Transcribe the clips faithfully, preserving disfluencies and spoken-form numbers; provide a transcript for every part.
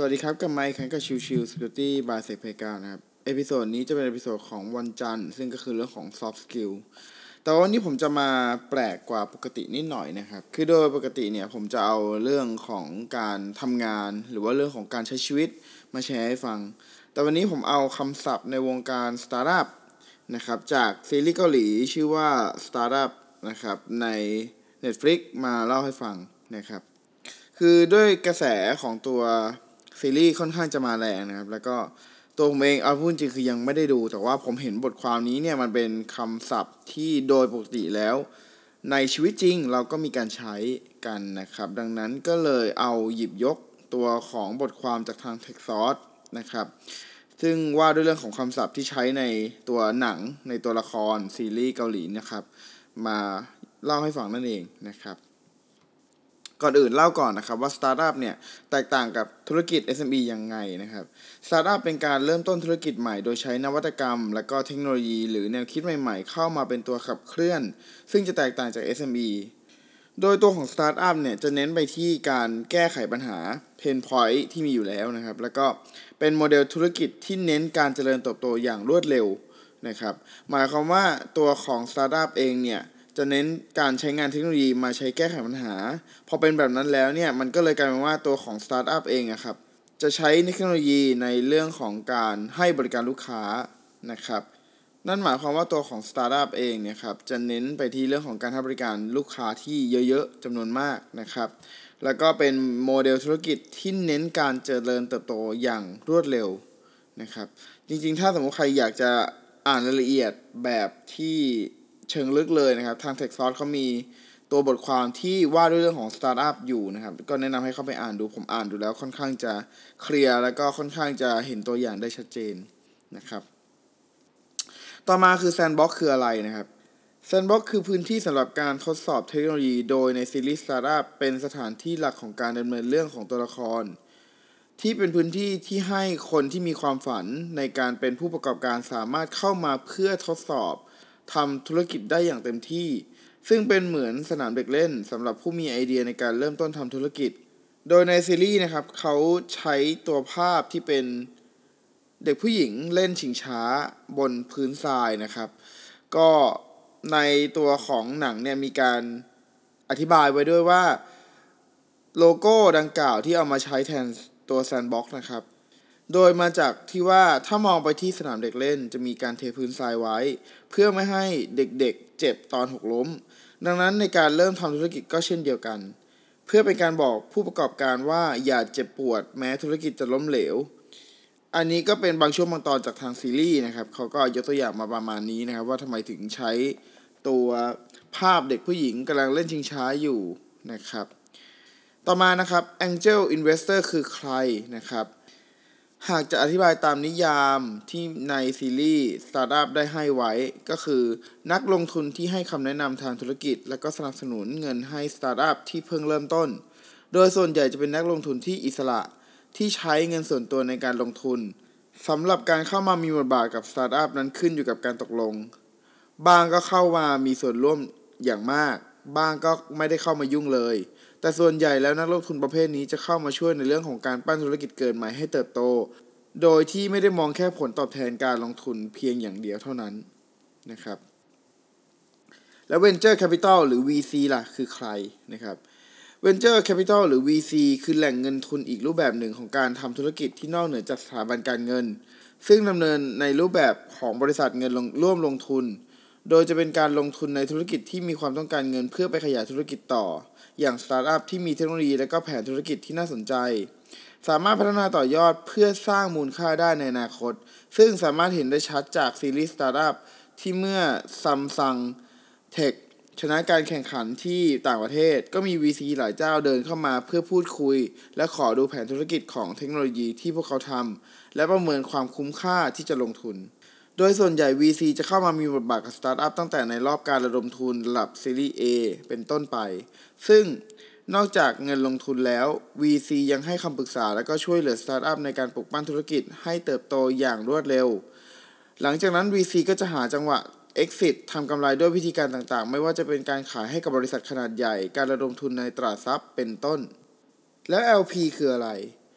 วัสดีครับกับไมค์คันกับชิวชิว Security by Sec Pega นะครับเอพิโซดนี้จะเป็นเอพิโซดของวันจันทร์ซึ่งก็คือเรื่องของ soft skill แต่วันนี้ผมจะมาแปลกกว่าปกตินิดหน่อยนะครับคือโดยปกติเนี่ยผมจะเอาเรื่องของการทำงานหรือว่าเรื่องของการใช้ชีวิตมาแชร์ให้ฟังแต่วันนี้ผมเอาคำศัพท์ในวงการสตาร์ทอัพนะครับจากซีรีส์เกาหลีชื่อว่า Startup นะครับใน Netflix มาเล่าให้ฟังนะครับคือด้วยกระแสของตัวซีรีส์ค่อนข้างจะมาแรงนะครับแล้วก็ตัวผมเองเอาพูดจริงคือยังไม่ได้ดูแต่ว่าผมเห็นบทความนี้เนี่ยมันเป็นคำศัพท์ที่โดยปกติแล้วในชีวิตจริงเราก็มีการใช้กันนะครับดังนั้นก็เลยเอาหยิบยกตัวของบทความจากทาง TechSource นะครับซึ่งว่าด้วยเรื่องของคำศัพท์ที่ใช้ในตัวหนังในตัวละครซีรีส์เกาหลีนะครับมาเล่าให้ฟังนั่นเองนะครับก่อนอื่นเล่าก่อนนะครับว่าสตาร์ทอัพเนี่ยแตกต่างกับธุรกิจ เอส เอ็ม อี ยังไงนะครับสตาร์ทอัพเป็นการเริ่มต้นธุรกิจใหม่โดยใช้นวัตกรรมและก็เทคโนโลยีหรือแนวคิดใหม่ๆเข้ามาเป็นตัวขับเคลื่อนซึ่งจะแตกต่างจาก เอส เอ็ม อี โดยตัวของสตาร์ทอัพเนี่ยจะเน้นไปที่การแก้ไขปัญหาเพนพอยท์ที่มีอยู่แล้วนะครับแล้วก็เป็นโมเดลธุรกิจที่เน้นการเจริญเติบโตอย่างรวดเร็วนะครับหมายความว่าตัวของสตาร์ทอัพเองเนี่ยจะเน้นการใช้งานเทคโนโลยีมาใช้แก้ไขปัญหาพอเป็นแบบนั้นแล้วเนี่ยมันก็เลยกลายเป็นว่าตัวของสตาร์ทอัพเองอะครับจะใช้เทคโนโลยีในเรื่องของการให้บริการลูกค้านะครับนั่นหมายความว่าตัวของสตาร์ทอัพเองเนี่ยครับจะเน้นไปที่เรื่องของการให้บริการลูกค้าที่เยอะๆจำนวนมากนะครับแล้วก็เป็นโมเดลธุรกิจที่เน้นการเจริญเติบโตอย่างรวดเร็วนะครับจริงๆถ้าสมมติใครอยากจะอ่านรายละเอียดแบบที่เชิงลึกเลยนะครับทาง TechSource เขามีตัวบทความที่ว่าด้วยเรื่องของสตาร์ทอัพอยู่นะครับก็แนะนำให้เข้าไปอ่านดูผมอ่านดูแล้วค่อนข้างจะเคลียร์แล้วก็ค่อนข้างจะเห็นตัวอย่างได้ชัดเจนนะครับต่อมาคือ Sandbox คืออะไรนะครับ Sandbox คือพื้นที่สำหรับการทดสอบเทคโนโลยีโดยในซีรีส์สตาร์ทอัพเป็นสถานที่หลักของการดำเนินเรื่องของตัวละครที่เป็นพื้นที่ที่ให้คนที่มีความฝันในการเป็นผู้ประกอบการสามารถเข้ามาเพื่อทดสอบทำธุรกิจได้อย่างเต็มที่ซึ่งเป็นเหมือนสนามเด็กเล่นสำหรับผู้มีไอเดียในการเริ่มต้นทำธุรกิจโดยในซีรีส์นะครับเขาใช้ตัวภาพที่เป็นเด็กผู้หญิงเล่นชิงช้าบนพื้นทรายนะครับก็ในตัวของหนังเนี่ยมีการอธิบายไว้ด้วยว่าโลโก้ดังกล่าวที่เอามาใช้แทนตัว Sandbox นะครับโดยมาจากที่ว่าถ้ามองไปที่สนามเด็กเล่นจะมีการเทพื้นทรายไว้เพื่อไม่ให้เด็กๆเจ็บตอนหกล้มดังนั้นในการเริ่มทำธุรกิจก็เช่นเดียวกันเพื่อเป็นการบอกผู้ประกอบการว่าอย่าเจ็บปวดแม้ธุรกิจจะล้มเหลวอันนี้ก็เป็นบางช่วงบางตอนจากทางซีรีส์นะครับเขาก็ยกตัวอย่างมาประมาณนี้นะครับว่าทำไมถึงใช้ตัวภาพเด็กผู้หญิงกำลังเล่นชิงช้าอยู่นะครับต่อมานะครับ Angel Investor คือใครนะครับหากจะอธิบายตามนิยามที่ในซีรีส์ Startup ได้ให้ไว้ก็คือนักลงทุนที่ให้คำแนะนำทางธุรกิจและก็สนับสนุนเงินให้ Startup ที่เพิ่งเริ่มต้นโดยส่วนใหญ่จะเป็นนักลงทุนที่อิสระที่ใช้เงินส่วนตัวในการลงทุนสำหรับการเข้ามามีบทบาทกับ Startup นั้นขึ้นอยู่กับการตกลงบางก็เข้ามามีส่วนร่วมอย่างมากบางก็ไม่ได้เข้ามายุ่งเลยแต่ส่วนใหญ่แล้วนักลงทุนประเภทนี้จะเข้ามาช่วยในเรื่องของการปั้นธุรกิจเกิดใหม่ให้เติบโตโดยที่ไม่ได้มองแค่ผลตอบแทนการลงทุนเพียงอย่างเดียวเท่านั้นนะครับแล้ว Venture Capital หรือ วี ซี ล่ะคือใครนะครับ Venture Capital หรือ วี ซี คือแหล่งเงินทุนอีกรูปแบบหนึ่งของการทำธุรกิจที่นอกเหนือจากสถาบันการเงินซึ่งดำเนินในรูปแบบของบริษัทเงินร่วมลงทุนโดยจะเป็นการลงทุนในธุรกิจที่มีความต้องการเงินเพื่อไปขยายธุรกิจต่ออย่างสตาร์ทอัพที่มีเทคโนโลยีและก็แผนธุรกิจที่น่าสนใจสามารถพัฒนาต่อยอดเพื่อสร้างมูลค่าได้ในอนาคตซึ่งสามารถเห็นได้ชัดจากซีรีส์สตาร์ทอัพที่เมื่อ Samsung Tech ชนะการแข่งขันที่ต่างประเทศก็มี วี ซี หลายเจ้าเดินเข้ามาเพื่อพูดคุยและขอดูแผนธุรกิจของเทคโนโลยีที่พวกเขาทำและประเมินความคุ้มค่าที่จะลงทุนโดยส่วนใหญ่ วี ซี จะเข้ามามีบทบาทกับสตาร์ทอัพตั้งแต่ในรอบการระดมทุนระดับซีรีส์ A เป็นต้นไปซึ่งนอกจากเงินลงทุนแล้ว วี ซี ยังให้คำปรึกษาและก็ช่วยเหลือสตาร์ทอัพในการปลุกปั้นธุรกิจให้เติบโตอย่างรวดเร็วหลังจากนั้น วี ซี ก็จะหาจังหวะ Exit ทำกำไรด้วยวิธีการต่างๆไม่ว่าจะเป็นการขายให้กับบริษัทขนาดใหญ่การระดมทุนในตลาดทรัพย์เป็นต้นแล้ว แอล พี คืออะไร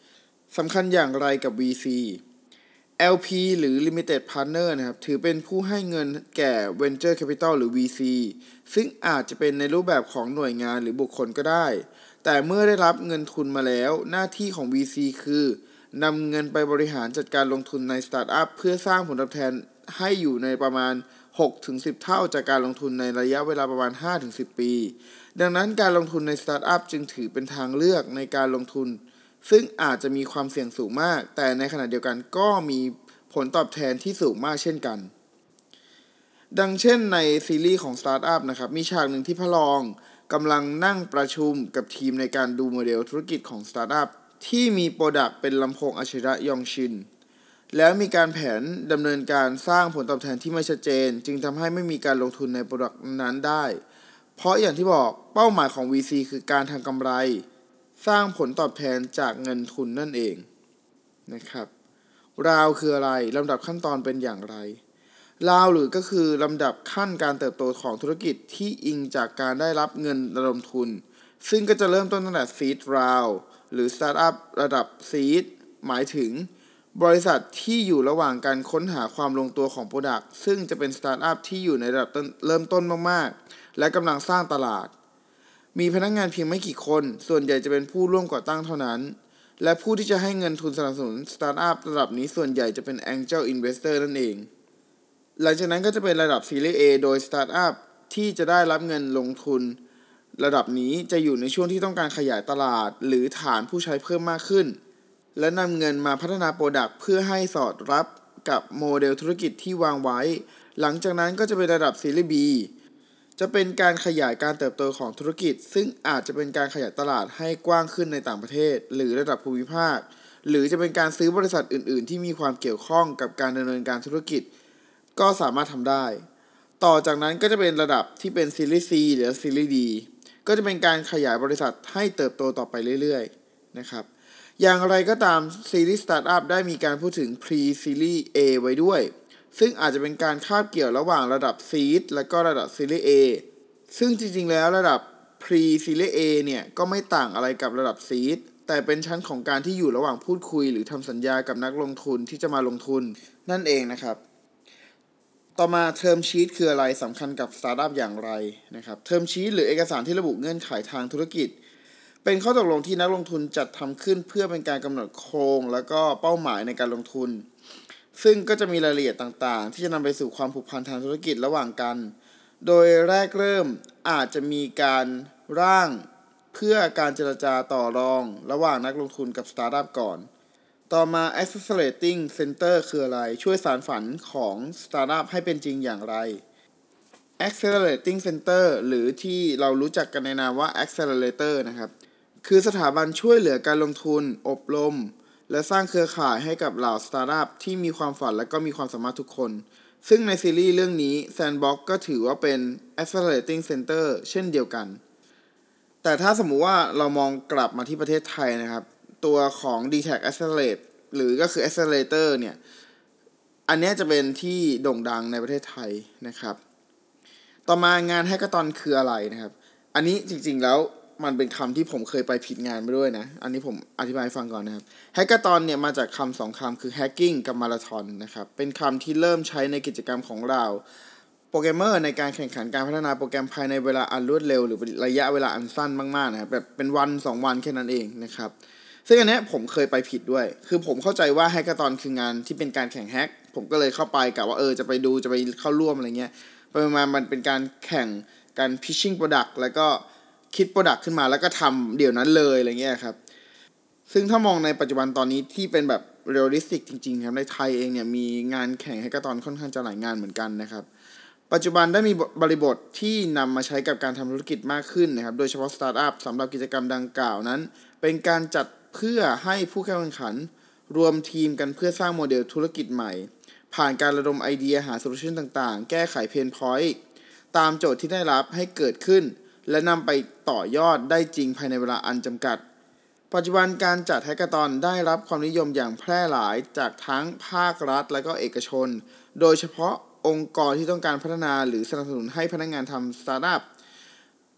สำคัญอย่างไรกับ วี ซี แอล พี หรือ Limited Partner นะครับถือเป็นผู้ให้เงินแก่ Venture Capital หรือ วี ซี ซึ่งอาจจะเป็นในรูปแบบของหน่วยงานหรือบุคคลก็ได้แต่เมื่อได้รับเงินทุนมาแล้วหน้าที่ของ วี ซี คือนำเงินไปบริหารจัดการลงทุนในสตาร์ทอัพเพื่อสร้างผลตอบแทนให้อยู่ในประมาณ หกถึงสิบ เท่าจากการลงทุนในระยะเวลาประมาณ ห้าถึงสิบ ปีดังนั้นการลงทุนในสตาร์ทอัพจึงถือเป็นทางเลือกในการลงทุนซึ่งอาจจะมีความเสี่ยงสูงมากแต่ในขณะเดียวกันก็มีผลตอบแทนที่สูงมากเช่นกันดังเช่นในซีรีส์ของสตาร์ทอัพนะครับมีฉากหนึ่งที่พระรองกำลังนั่งประชุมกับทีมในการดูโมเดลธุรกิจของสตาร์ทอัพที่มีโปรดักต์เป็นลำโพงอัจฉริยะยองชินแล้วมีการแผนดำเนินการสร้างผลตอบแทนที่ไม่ชัดเจนจึงทำให้ไม่มีการลงทุนในโปรดักต์นั้นได้เพราะอย่างที่บอกเป้าหมายของ วี ซี คือการทำกำไรสร้างผลตอบแทนจากเงินทุนนั่นเองนะครับราวคืออะไรลำดับขั้นตอนเป็นอย่างไรราวหรือก็คือลำดับขั้นการเติบโตของธุรกิจที่อิงจากการได้รับเงินระดมทุนซึ่งก็จะเริ่มต้นตั้งแต่ Seed Round หรือ Startup ระดับ Seed หมายถึงบริษัทที่อยู่ระหว่างการค้นหาความลงตัวของ Product ซึ่งจะเป็น Startup ที่อยู่ในระดับเริ่มต้นมากๆและกำลังสร้างตลาดมีพนักงานเพียงไม่กี่คนส่วนใหญ่จะเป็นผู้ร่วมก่อตั้งเท่านั้นและผู้ที่จะให้เงินทุนสนับสนุน Startup ระดับนี้ส่วนใหญ่จะเป็น Angel Investor นั่นเองหลังจากนั้นก็จะเป็นระดับ Series A โดย Startup ที่จะได้รับเงินลงทุนระดับนี้จะอยู่ในช่วงที่ต้องการขยายตลาดหรือฐานผู้ใช้เพิ่มมากขึ้นและนำเงินมาพัฒนาโปรดักต์เพื่อให้สอดรับกับโมเดลธุรกิจที่วางไว้หลังจากนั้นก็จะเป็นระดับ Series B จะเป็นการขยายการเติบโตของธุรกิจซึ่งอาจจะเป็นการขยายตลาดให้กว้างขึ้นในต่างประเทศหรือระดับภูมิภาคหรือจะเป็นการซื้อบริษัทอื่นๆที่มีความเกี่ยวข้องกับการดำเนินการธุรกิจก็สามารถทำได้ต่อจากนั้นก็จะเป็นระดับที่เป็น Series C หรือ Series D ก็จะเป็นการขยายบริษัทให้เติบโตต่อไปเรื่อยๆนะครับอย่างไรก็ตาม Series Startup ได้มีการพูดถึง Pre-Series A ไว้ด้วยซึ่งอาจจะเป็นการคาบเกี่ยวระหว่างระดับ Seed และก็ระดับ Series A ซึ่งจริงๆแล้วระดับ Pre-Series A เนี่ยก็ไม่ต่างอะไรกับระดับ Seed แต่เป็นชั้นของการที่อยู่ระหว่างพูดคุยหรือทำสัญญากับนักลงทุนที่จะมาลงทุนนั่นเองนะครับต่อมา Term Sheet คืออะไรสำคัญกับ Startup อย่างไรนะครับ Term Sheet หรือเอกสารที่ระบุเงื่อนไขทางธุรกิจเป็นข้อตกลงที่นักลงทุนจัดทำขึ้นเพื่อเป็นการกำหนดโครงและก็เป้าหมายในการลงทุนซึ่งก็จะมีรายละเอียดต่างๆที่จะนำไปสู่ความผูกพันทางธุรกิจระหว่างกันโดยแรกเริ่มอาจจะมีการร่างเพื่อการเจรจาต่อรองระหว่างนักลงทุนกับสตาร์ทอัพก่อนต่อมา Accelerating Center คืออะไรช่วยสานฝันของสตาร์ทอัพให้เป็นจริงอย่างไร Accelerating Center หรือที่เรารู้จักกันในนามว่า Accelerator นะครับคือสถาบันช่วยเหลือการลงทุนอบรมและสร้างเครือข่ายให้กับเหล่าสตาร์ทอัพที่มีความฝันและก็มีความสามารถทุกคนซึ่งในซีรีส์เรื่องนี้ Sandbox ก็ถือว่าเป็น Accelerating Center เช่นเดียวกันแต่ถ้าสมมุติว่าเรามองกลับมาที่ประเทศไทยนะครับตัวของ ดี แท็ก Accelerate หรือก็คือ Accelerator เนี่ยอันนี้จะเป็นที่โด่งดังในประเทศไทยนะครับต่อมางานแฮกเกอร์ตอนคืออะไรนะครับอันนี้จริงๆแล้วมันเป็นคำที่ผมเคยไปผิดงานไปด้วยนะอันนี้ผมอธิบายให้ฟังก่อนนะครับแฮกเกอร์ตอนเนี่ยมาจากคำสองคำคือ hacking กับ marathon นะครับเป็นคำที่เริ่มใช้ในกิจกรรมของเราโปรแกรมเมอร์ในการแข่งขันการพัฒนาโปรแกรมภายในเวลาอันรวดเร็วหรือระยะเวลาอันสั้นมากๆนะครับแบบเป็นวันสองวันแค่นั้นเองนะครับซึ่งอันนี้ผมเคยไปผิดด้วยคือผมเข้าใจว่าแฮกเกอร์ตอนคืองานที่เป็นการแข่งแฮกผมก็เลยเข้าไปกะว่าเออจะไปดูจะไปเข้าร่วมอะไรเงี้ยไปมามันเป็นการแข่งการ pitching product แล้วก็คิด product ขึ้นมาแล้วก็ทำเดี๋ยวนั้นเลยอะไรเงี้ยครับซึ่งถ้ามองในปัจจุบันตอนนี้ที่เป็นแบบ realistic จริงๆครับในไทยเองเนี่ยมีงานแข่งแฮกเกอร์ตอนค่อนข้างจะหลายงานเหมือนกันนะครับปัจจุบันได้มีบริบทที่นำมาใช้กับการทำธุรกิจมากขึ้นนะครับโดยเฉพาะสตาร์ทอัพสำหรับกิจกรรมดังกล่าวนั้นเป็นการจัดเพื่อให้ผู้เข้าแข่งขันรวมทีมกันเพื่อสร้างโมเดลธุรกิจใหม่ผ่านการระดมไอเดียหาโซลูชันต่างๆแก้ไขเพนพอยต์ตามโจทย์ที่ได้รับให้เกิดขึ้นและนำไปต่อยอดได้จริงภายในเวลาอันจำกัดปัจจุบันการจัดแฮกเกอร์ตอนได้รับความนิยมอย่างแพร่หลายจากทั้งภาครัฐและก็เอกชนโดยเฉพาะองค์กรที่ต้องการพัฒนาหรือสนับสนุนให้พนักงานทำสตาร์ทอัพ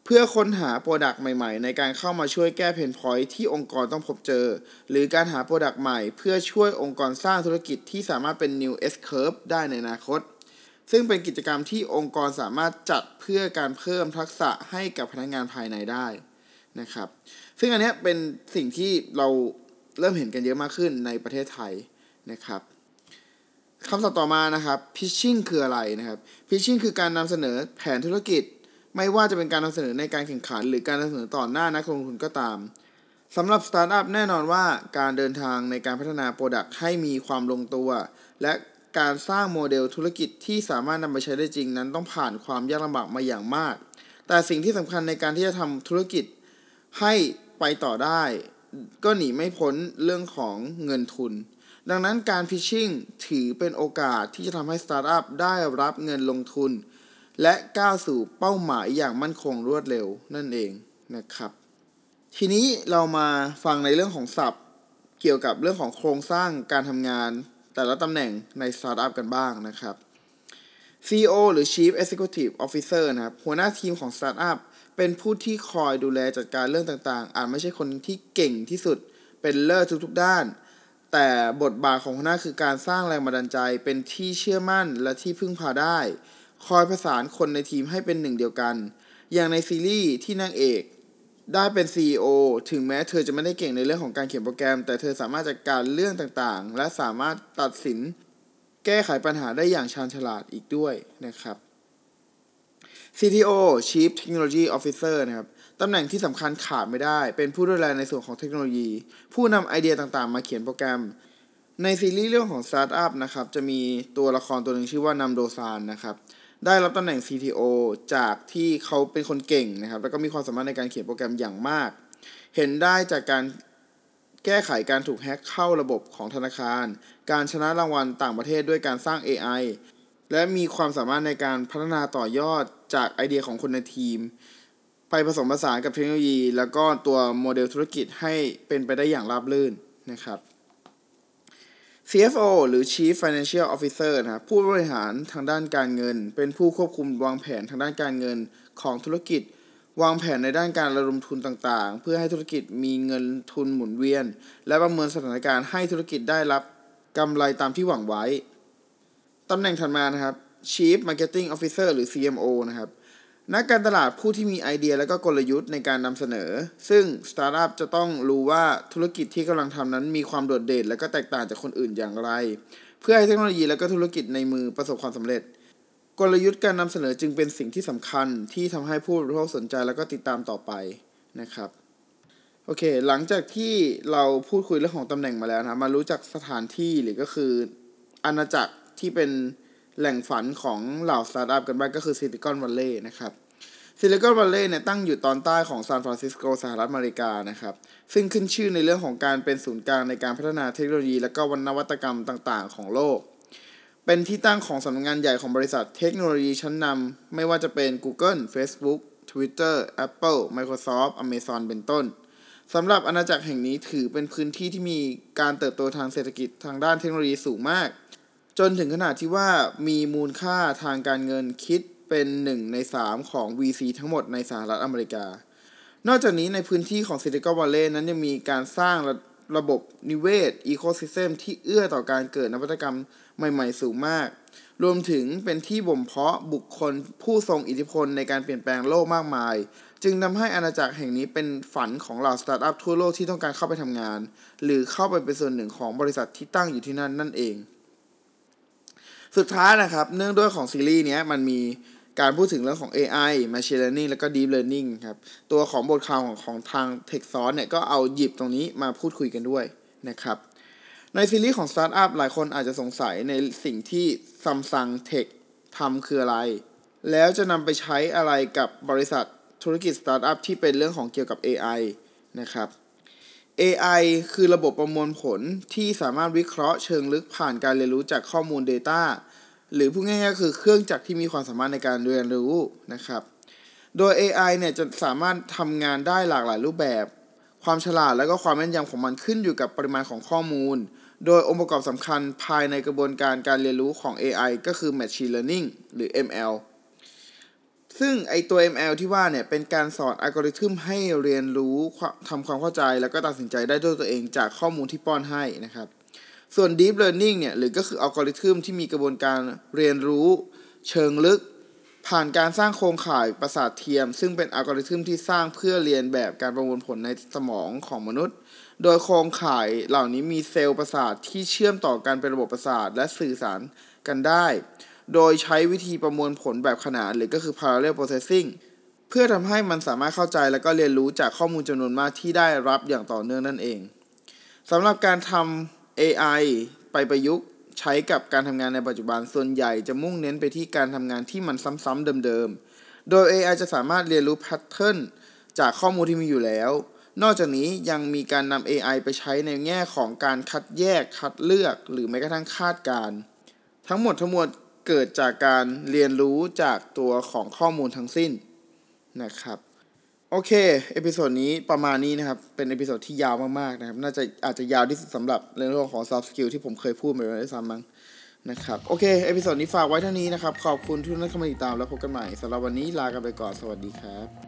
พื่อค้นหาโปรดักต์ใหม่ๆในการเข้ามาช่วยแก้เพนพอยท์ที่องค์กรต้องพบเจอหรือการหาโปรดักต์ใหม่เพื่อช่วยองค์กรสร้างธุรกิจที่สามารถเป็น New S Curve ได้ในอนาคตซึ่งเป็นกิจกรรมที่องค์กรสามารถจัดเพื่อการเพิ่มทักษะให้กับพนักงานภายในได้นะครับซึ่งอันนี้เป็นสิ่งที่เราเริ่มเห็นกันเยอะมากขึ้นในประเทศไทยนะครับคำศัพท์ต่อมานะครับ pitching คืออะไรนะครับ pitching คือการนำเสนอแผนธุรกิจไม่ว่าจะเป็นการนำเสนอในการแข่งขันหรือการนำเสนอต่อหน้านักลงทุนก็ตามสำหรับสตาร์ทอัพแน่นอนว่าการเดินทางในการพัฒนาโปรดักต์ให้มีความลงตัวและการสร้างโมเดลธุรกิจที่สามารถนำไปใช้ได้จริงนั้นต้องผ่านความยากลำบากมาอย่างมากแต่สิ่งที่สำคัญในการที่จะทำธุรกิจให้ไปต่อได้ก็หนีไม่พ้นเรื่องของเงินทุนดังนั้นการพิชชิ่งถือเป็นโอกาสที่จะทำให้สตาร์ทอัพได้รับเงินลงทุนและก้าวสู่เป้าหมายอย่างมั่นคงรวดเร็วนั่นเองนะครับทีนี้เรามาฟังในเรื่องของศัพท์เกี่ยวกับเรื่องของโครงสร้างการทำงานแต่ละตำแหน่งในสตาร์ทอัพกันบ้างนะครับ ซี อี โอ หรือ Chief Executive Officer นะครับหัวหน้าทีมของสตาร์ทอัพเป็นผู้ที่คอยดูแลจัดการเรื่องต่างๆอาจไม่ใช่คนที่เก่งที่สุดเป็นเลิศทุกๆด้านแต่บทบาทของหัวหน้าคือการสร้างแรงบันดาลใจเป็นที่เชื่อมั่นและที่พึ่งพาได้คอยประสานคนในทีมให้เป็นหนึ่งเดียวกันอย่างในซีรีส์ที่นางเอกได้เป็น ซี อี โอ ถึงแม้เธอจะไม่ได้เก่งในเรื่องของการเขียนโปรแกรมแต่เธอสามารถจัดการเรื่องต่างๆและสามารถตัดสินแก้ไขปัญหาได้อย่างชาญฉลาดอีกด้วยนะครับ ซี ที โอ Chief Technology Officer นะครับตำแหน่งที่สำคัญขาดไม่ได้เป็นผู้ดูแลในส่วนของเทคโนโลยีผู้นำไอเดียต่างๆมาเขียนโปรแกรมในซีรีส์เรื่องของ Startup นะครับจะมีตัวละครตัวหนึ่งชื่อว่านำโดซานนะครับได้รับตำแหน่ง ซี ที โอ จากที่เขาเป็นคนเก่งนะครับแล้วก็มีความสามารถในการเขียนโปรแกรมอย่างมากเห็นได้จากการแก้ไขการถูกแฮ็กเข้าระบบของธนาคารการชนะรางวัลต่างประเทศด้วยการสร้าง เอ ไอ และมีความสามารถในการพัฒนาต่อยอดจากไอเดียของคนในทีมไปผสมผสานกับเทคโนโลยีแล้วก็ตัวโมเดลธุรกิจให้เป็นไปได้อย่างราบรื่นนะครับ ซี เอฟ โอ หรือ Chief Financial Officer นะครับผู้บริหารทางด้านการเงินเป็นผู้ควบคุมวางแผนทางด้านการเงินของธุรกิจวางแผนในด้านการระดมทุนต่างๆเพื่อให้ธุรกิจมีเงินทุนหมุนเวียนและประเมินสถานการณ์ให้ธุรกิจได้รับกำไรตามที่หวังไว้ตำแหน่งถัดมานะครับ Chief Marketing Officer หรือ ซี เอ็ม โอ นะครับนักการตลาดผู้ที่มีไอเดียและก็กลยุทธ์ในการนำเสนอซึ่งสตาร์ทอัพจะต้องรู้ว่าธุรกิจที่กำลังทำนั้นมีความโดดเด่นและก็แตกต่างจากคนอื่นอย่างไรเพื่อให้เทคโนโลยีและก็ธุรกิจในมือประสบความสำเร็จกลยุทธ์การนำเสนอจึงเป็นสิ่งที่สำคัญที่ทำให้ผู้บริโภคสนใจและก็ติดตามต่อไปนะครับโอเคหลังจากที่เราพูดคุยเรื่องของตำแหน่งมาแล้วนะมารู้จักสถานที่หรือก็คืออาณาจักรที่เป็นแหล่งฝันของเหล่าสตาร์ทอัพกันบ้างก็คือซิลิคอนวัลเลย์นะครับซิลิคอนวัลเลย์เนี่ยตั้งอยู่ตอนใต้ของซานฟรานซิสโกสหรัฐอเมริกานะครับซึ่งขึ้นชื่อในเรื่องของการเป็นศูนย์กลางในการพัฒนาเทคโนโลยีและก็นวัตกรรมต่างๆของโลกเป็นที่ตั้งของสำนักงานใหญ่ของบริษัทเทคโนโลยีชั้นนำไม่ว่าจะเป็น Google Facebook Twitter Apple Microsoft Amazon เป็นต้นสำหรับอาณาจักรแห่งนี้ถือเป็นพื้นที่ที่มีการเติบโตทางเศรษฐกิจทางด้านเทคโนโลยีสูงมากจนถึงขนาดที่ว่ามีมูลค่าทางการเงินคิดเป็นหนึ่งในสามของ วี ซี ทั้งหมดในสหรัฐอเมริกานอกจากนี้ในพื้นที่ของซิลิคอนวัลเลย์นั้นยังมีการสร้างระ, ระบบนิเวศอีโคซิสเต็มที่เอื้อต่อการเกิดนวัตกรรมใหม่ๆสูงมากรวมถึงเป็นที่บ่มเพาะบุคคลผู้ทรงอิทธิพลในการเปลี่ยนแปลงโลกมากมายจึงทำให้อาณาจักรแห่งนี้เป็นฝันของเหล่าสตาร์ทอัพทั่วโลกที่ต้องการเข้าไปทำงานหรือเข้าไปเป็นส่วนหนึ่งของบริษัทที่ตั้งอยู่ที่นั่นนั่นเองสุดท้ายนะครับเนื่องด้วยของซีรีส์นี้มันมีการพูดถึงเรื่องของ เอ ไอ Machine Learning แล้วก็ Deep Learning ครับตัวของบทความของของทาง TechSource เนี่ยก็เอาหยิบตรงนี้มาพูดคุยกันด้วยนะครับในซีรีส์ของ Startup หลายคนอาจจะสงสัยในสิ่งที่ Samsung Tech ทำคืออะไรแล้วจะนำไปใช้อะไรกับบริษัทธุรกิจ Startup ที่เป็นเรื่องของเกี่ยวกับ เอ ไอ นะครับ เอ ไอ คือระบบประมวลผลที่สามารถวิเคราะห์เชิงลึกผ่านการเรียนรู้จากข้อมูล Data หรือพูดง่ายๆคือเครื่องจักรที่มีความสามารถในการเรียนรู้นะครับโดย เอ ไอ เนี่ยจะสามารถทำงานได้หลากหลายรูปแบบความฉลาดและก็ความแม่นยำของมันขึ้นอยู่กับปริมาณของข้อมูลโดยองค์ประกอบสำคัญภายในกระบวนการการเรียนรู้ของ เอ ไอ ก็คือ Machine Learning หรือ เอ็ม แอลซึ่งไอตัว เอ็ม แอล ที่ว่าเนี่ยเป็นการสอนอัลกอริทึมให้เรียนรู้ทำความเข้าใจแล้วก็ตัดสินใจได้ด้วยตัวเองจากข้อมูลที่ป้อนให้นะครับส่วน Deep Learning เนี่ยหรือก็คืออัลกอริทึมที่มีกระบวนการเรียนรู้เชิงลึกผ่านการสร้างโครงข่ายประสาทเทียมซึ่งเป็นอัลกอริทึมที่สร้างเพื่อเรียนแบบการประมวลผลในสมองของมนุษย์โดยโครงข่ายเหล่านี้มีเซลล์ประสาทที่เชื่อมต่อกันเป็นระบบประสาทและสื่อสารกันได้โดยใช้วิธีประมวลผลแบบขนานหรือก็คือ parallel processing เพื่อทำให้มันสามารถเข้าใจและก็เรียนรู้จากข้อมูลจำนวนมากที่ได้รับอย่างต่อเนื่องนั่นเองสำหรับการทำ เอ ไอ ไปประยุกต์ใช้กับการทำงานในปัจจุบันส่วนใหญ่จะมุ่งเน้นไปที่การทำงานที่มันซ้ำๆเดิมๆโดย เอ ไอ จะสามารถเรียนรู้แพทเทิร์นจากข้อมูลที่มีอยู่แล้วนอกจากนี้ยังมีการนำ เอ ไอ ไปใช้ในแง่ของการคัดแยกคัดเลือกหรือแม้กระทั่งคาดการณ์ทั้งหมดทั้งมวลเกิดจากการเรียนรู้จากตัวของข้อมูลทั้งสิ้นนะครับโอเคเอพิโซดนี้ประมาณนี้นะครับเป็นเอพิโซดที่ยาวมากๆนะครับน่าจะอาจจะยาวที่สุดสำหรับเรื่องของ soft skill ที่ผมเคยพูดไปแล้วด้วยซ้ำมั้งนะครับโอเคเอพิโซดนี้ฝากไว้เท่านี้นะครับขอบคุณทุกท่านที่เข้ามาติดตามแล้วพบกันใหม่สำหรับวันนี้ลากันไปก่อนสวัสดีครับ